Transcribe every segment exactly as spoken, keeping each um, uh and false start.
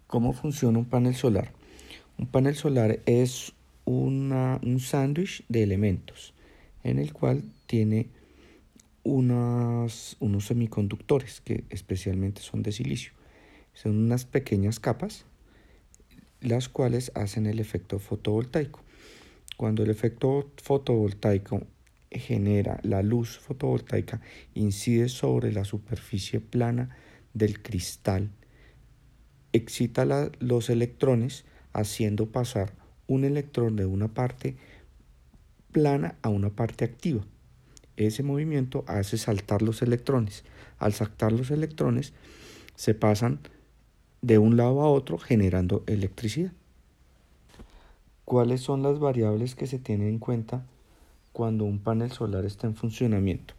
¿Cómo funciona un panel solar? Un panel solar es una, un sándwich de elementos en el cual tiene unos, unos semiconductores que especialmente son de silicio. Son unas pequeñas capas las cuales hacen el efecto fotovoltaico. Cuando el efecto fotovoltaico genera la luz fotovoltaica, incide sobre la superficie plana del cristal, excita la, los electrones, haciendo pasar un electrón de una parte plana a una parte activa. Ese movimiento hace saltar los electrones. Al saltar los electrones, se pasan de un lado a otro generando electricidad. ¿Cuáles son las variables que se tienen en cuenta cuando un panel solar está en funcionamiento?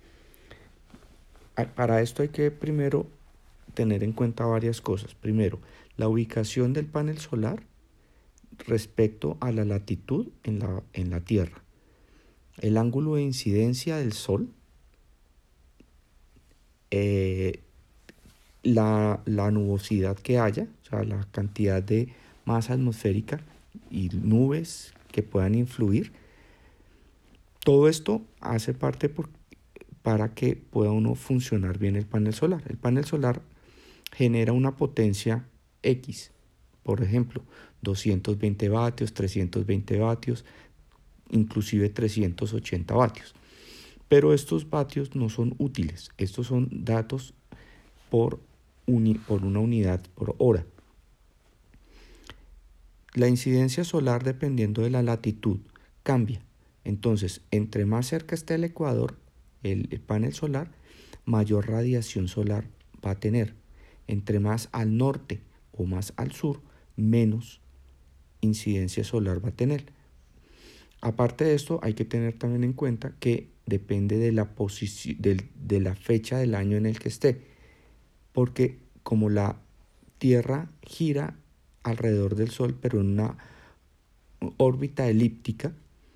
Para esto hay que primero tener en cuenta varias cosas. Primero, la ubicación del panel solar respecto a la latitud en la, en la Tierra. El ángulo de incidencia del Sol, eh, la, la nubosidad que haya, o sea, la cantidad de masa atmosférica y nubes que puedan influir. Todo esto hace parte por, para que pueda uno funcionar bien el panel solar. El panel solar genera una potencia X, por ejemplo, doscientos veinte vatios, trescientos veinte vatios, inclusive trescientos ochenta vatios. Pero estos vatios no son útiles, estos son datos por, uni, por una unidad por hora. La incidencia solar, dependiendo de la latitud, cambia. Entonces, entre más cerca esté el ecuador, el, el panel solar, mayor radiación solar va a tener. Entre más al norte o más al sur, menos incidencia solar va a tener. Aparte de esto, hay que tener también en cuenta que depende de la, posici- de, de la fecha del año en el que esté, porque como la Tierra gira alrededor del Sol, pero en una órbita elíptica,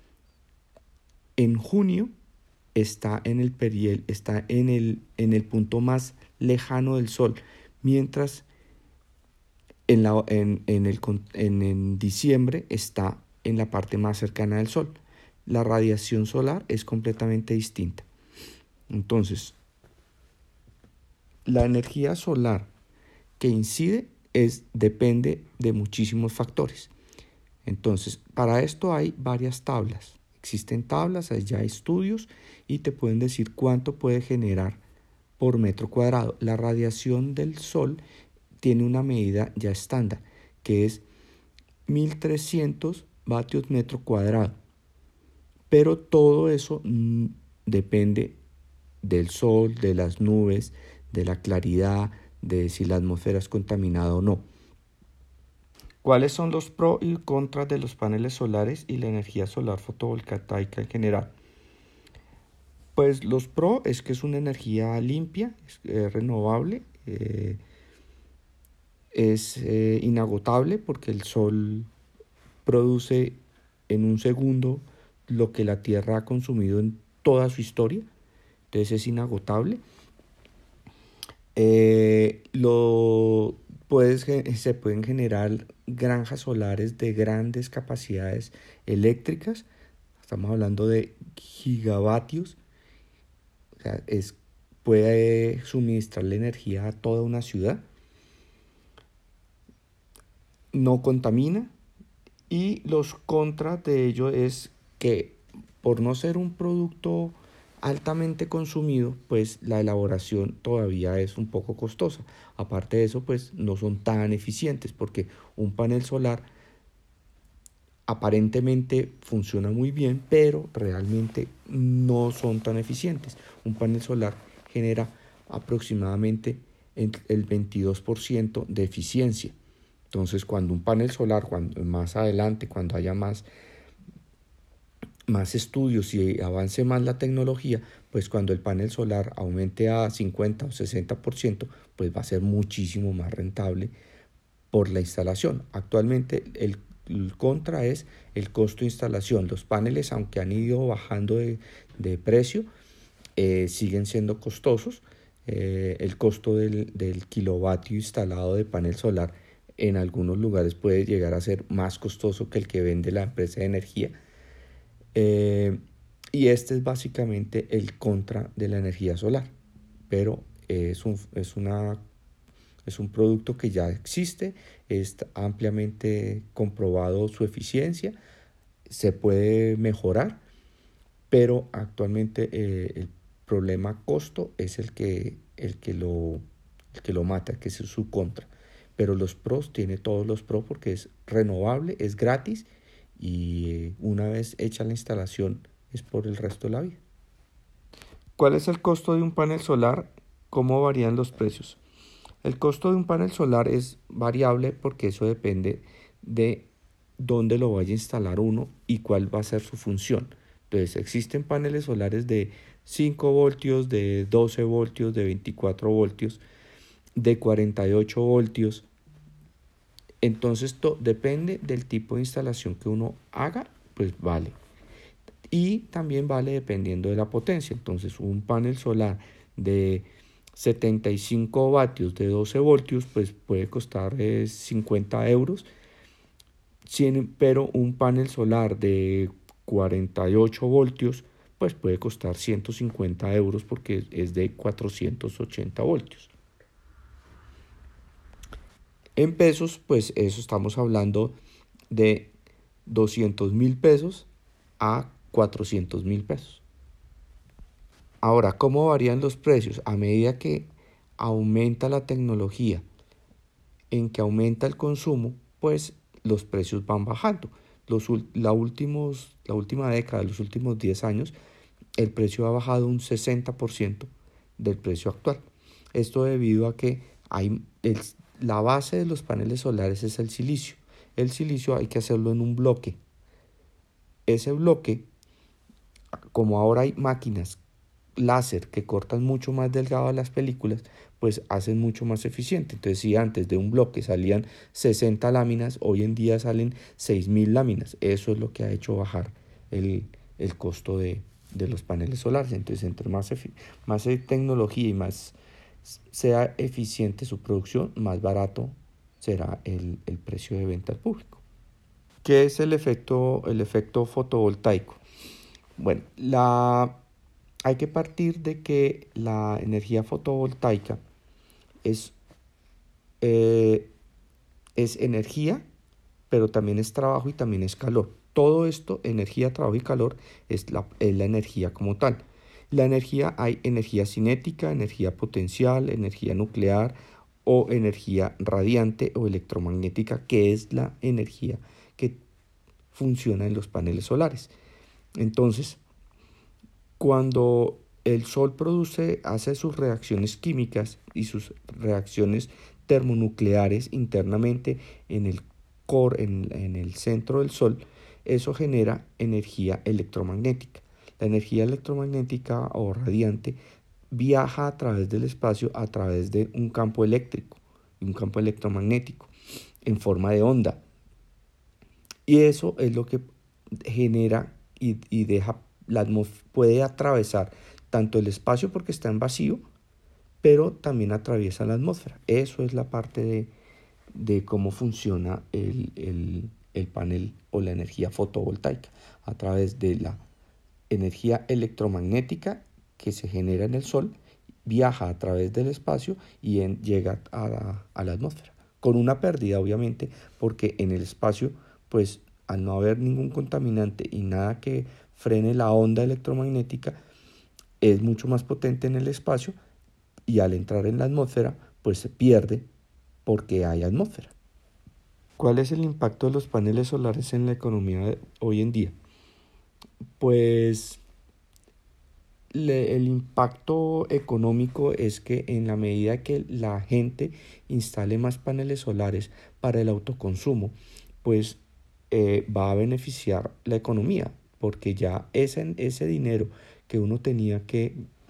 en junio está en el periel, está en el, en el punto más lejano del Sol, mientras en, la, en, en, el, en, en diciembre está en la parte más cercana del Sol. La radiación solar es completamente distinta. Entonces, la energía solar que incide es, depende de muchísimos factores. Entonces, para esto hay varias tablas. Existen tablas, ya hay estudios y te pueden decir cuánto puede generar por metro cuadrado. La radiación del Sol tiene una medida ya estándar, que es mil trescientos vatios metro cuadrado. Pero todo eso mmm, depende del Sol, de las nubes, de la claridad, de si la atmósfera es contaminada o no. ¿Cuáles son los pros y contras de los paneles solares y la energía solar fotovoltaica en general? Pues los pros es que es una energía limpia, es eh, renovable, eh, es eh, inagotable porque el sol produce en un segundo lo que la Tierra ha consumido en toda su historia, entonces es inagotable. Eh, lo, puedes, se pueden generar granjas solares de grandes capacidades eléctricas, estamos hablando de gigavatios, o sea, es, puede suministrarle energía a toda una ciudad, no contamina, y los contras de ello es que por no ser un producto altamente consumido, pues la elaboración todavía es un poco costosa. Aparte de eso, pues no son tan eficientes porque un panel solar aparentemente funciona muy bien, pero realmente no son tan eficientes. Un panel solar genera aproximadamente el veintidós por ciento de eficiencia. Entonces, cuando un panel solar, cuando más adelante, cuando haya más más estudios y avance más la tecnología, pues cuando el panel solar aumente a cincuenta o sesenta por ciento, pues va a ser muchísimo más rentable por la instalación. Actualmente el, el contra es el costo de instalación. Los paneles, aunque han ido bajando de, de precio, eh, siguen siendo costosos. Eh, el costo del, del kilovatio instalado de panel solar en algunos lugares puede llegar a ser más costoso que el que vende la empresa de energía. Eh, y este es básicamente el contra de la energía solar, pero es un, es una, es un producto que ya existe, está ampliamente comprobado su eficiencia, se puede mejorar, pero actualmente eh, el problema costo es el que, el que lo, el que lo mata, que es su contra. Pero los pros, tiene todos los pros porque es renovable, es gratis y eh, una vez hecha la instalación es por el resto de la vida. ¿Cuál es el costo de un panel solar? ¿Cómo varían los precios? El costo de un panel solar es variable porque eso depende de dónde lo vaya a instalar uno y cuál va a ser su función. Entonces existen paneles solares de cinco voltios, de doce voltios, de veinticuatro voltios, de cuarenta y ocho voltios. Entonces to- depende del tipo de instalación que uno haga, pues vale. Y también vale dependiendo de la potencia. Entonces un panel solar de setenta y cinco vatios de doce voltios pues puede costar eh, cincuenta euros. Cien, pero un panel solar de cuarenta y ocho voltios pues puede costar ciento cincuenta euros porque es de cuatrocientos ochenta voltios. En pesos, pues eso estamos hablando de doscientos mil pesos a cuatrocientos mil pesos. Ahora, ¿cómo varían los precios? A medida que aumenta la tecnología, en que aumenta el consumo, pues los precios van bajando. Los, la, últimos, la última década, los últimos diez años, el precio ha bajado un sesenta por ciento del precio actual. Esto debido a que hay el, la base de los paneles solares es el silicio. El silicio hay que hacerlo en un bloque. Ese bloque, como ahora hay máquinas láser que cortan mucho más delgado las películas, pues hacen mucho más eficiente. Entonces, si antes de un bloque salían sesenta láminas, hoy en día salen seis mil láminas. Eso es lo que ha hecho bajar el, el costo de, de los paneles solares. Entonces, entre más, más tecnología y más sea eficiente su producción, más barato será el, el precio de venta al público. ¿Qué es el efecto, el efecto fotovoltaico? Bueno, la, hay que partir de que la energía fotovoltaica es, eh, es energía, pero también es trabajo y también es calor. Todo esto, energía, trabajo y calor, es la, es la energía como tal. La energía, hay energía cinética, energía potencial, energía nuclear o energía radiante o electromagnética, que es la energía que funciona en los paneles solares. Entonces, cuando el Sol produce, hace sus reacciones químicas y sus reacciones termonucleares internamente en el core, en, en el centro del Sol, eso genera energía electromagnética. La energía electromagnética o radiante viaja a través del espacio a través de un campo eléctrico, un campo electromagnético, en forma de onda. Y eso es lo que genera y, y deja, la puede atravesar tanto el espacio porque está en vacío, pero también atraviesa la atmósfera. Eso es la parte de, de cómo funciona el, el, el panel o la energía fotovoltaica, a través de la energía electromagnética que se genera en el Sol, viaja a través del espacio y en, llega a la, a la atmósfera, con una pérdida obviamente, porque en el espacio, pues al no haber ningún contaminante y nada que frene la onda electromagnética, es mucho más potente en el espacio y al entrar en la atmósfera, pues se pierde porque hay atmósfera. ¿Cuál es el impacto de los paneles solares en la economía de hoy en día? Pues le, el impacto económico es que en la medida que la gente instale más paneles solares para el autoconsumo, pues eh, va a beneficiar la economía, porque ya ese, ese dinero que uno tenía que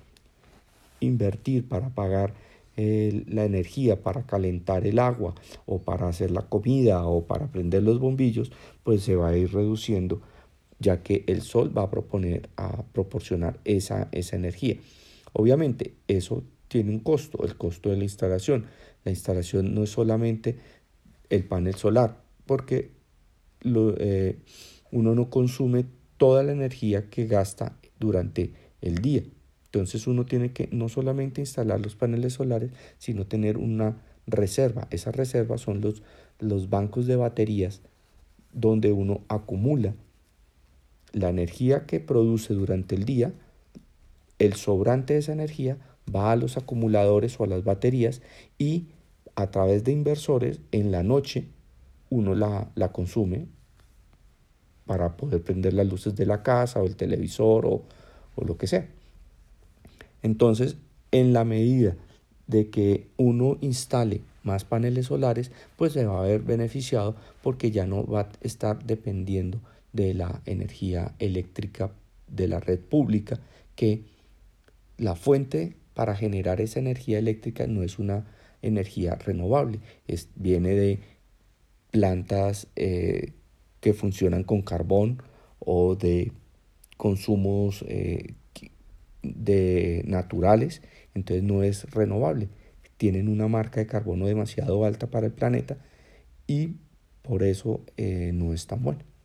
invertir para pagar eh, la energía, para calentar el agua o para hacer la comida o para prender los bombillos, pues se va a ir reduciendo, ya que el sol va a proponer, a proporcionar esa, esa energía. Obviamente eso tiene un costo, el costo de la instalación. La instalación no es solamente el panel solar, porque lo, eh, uno no consume toda la energía que gasta durante el día. Entonces uno tiene que no solamente instalar los paneles solares, sino tener una reserva. Esas reservas son los, los bancos de baterías donde uno acumula la energía que produce durante el día. El sobrante de esa energía va a los acumuladores o a las baterías y a través de inversores en la noche uno la, la consume para poder prender las luces de la casa o el televisor o, o lo que sea. Entonces, en la medida de que uno instale más paneles solares, pues se va a ver beneficiado porque ya no va a estar dependiendo de la energía eléctrica de la red pública, que la fuente para generar esa energía eléctrica no es una energía renovable, es, viene de plantas eh, que funcionan con carbón o de consumos eh, de naturales, entonces no es renovable. Tienen una marca de carbono demasiado alta para el planeta y por eso eh, no es tan buena.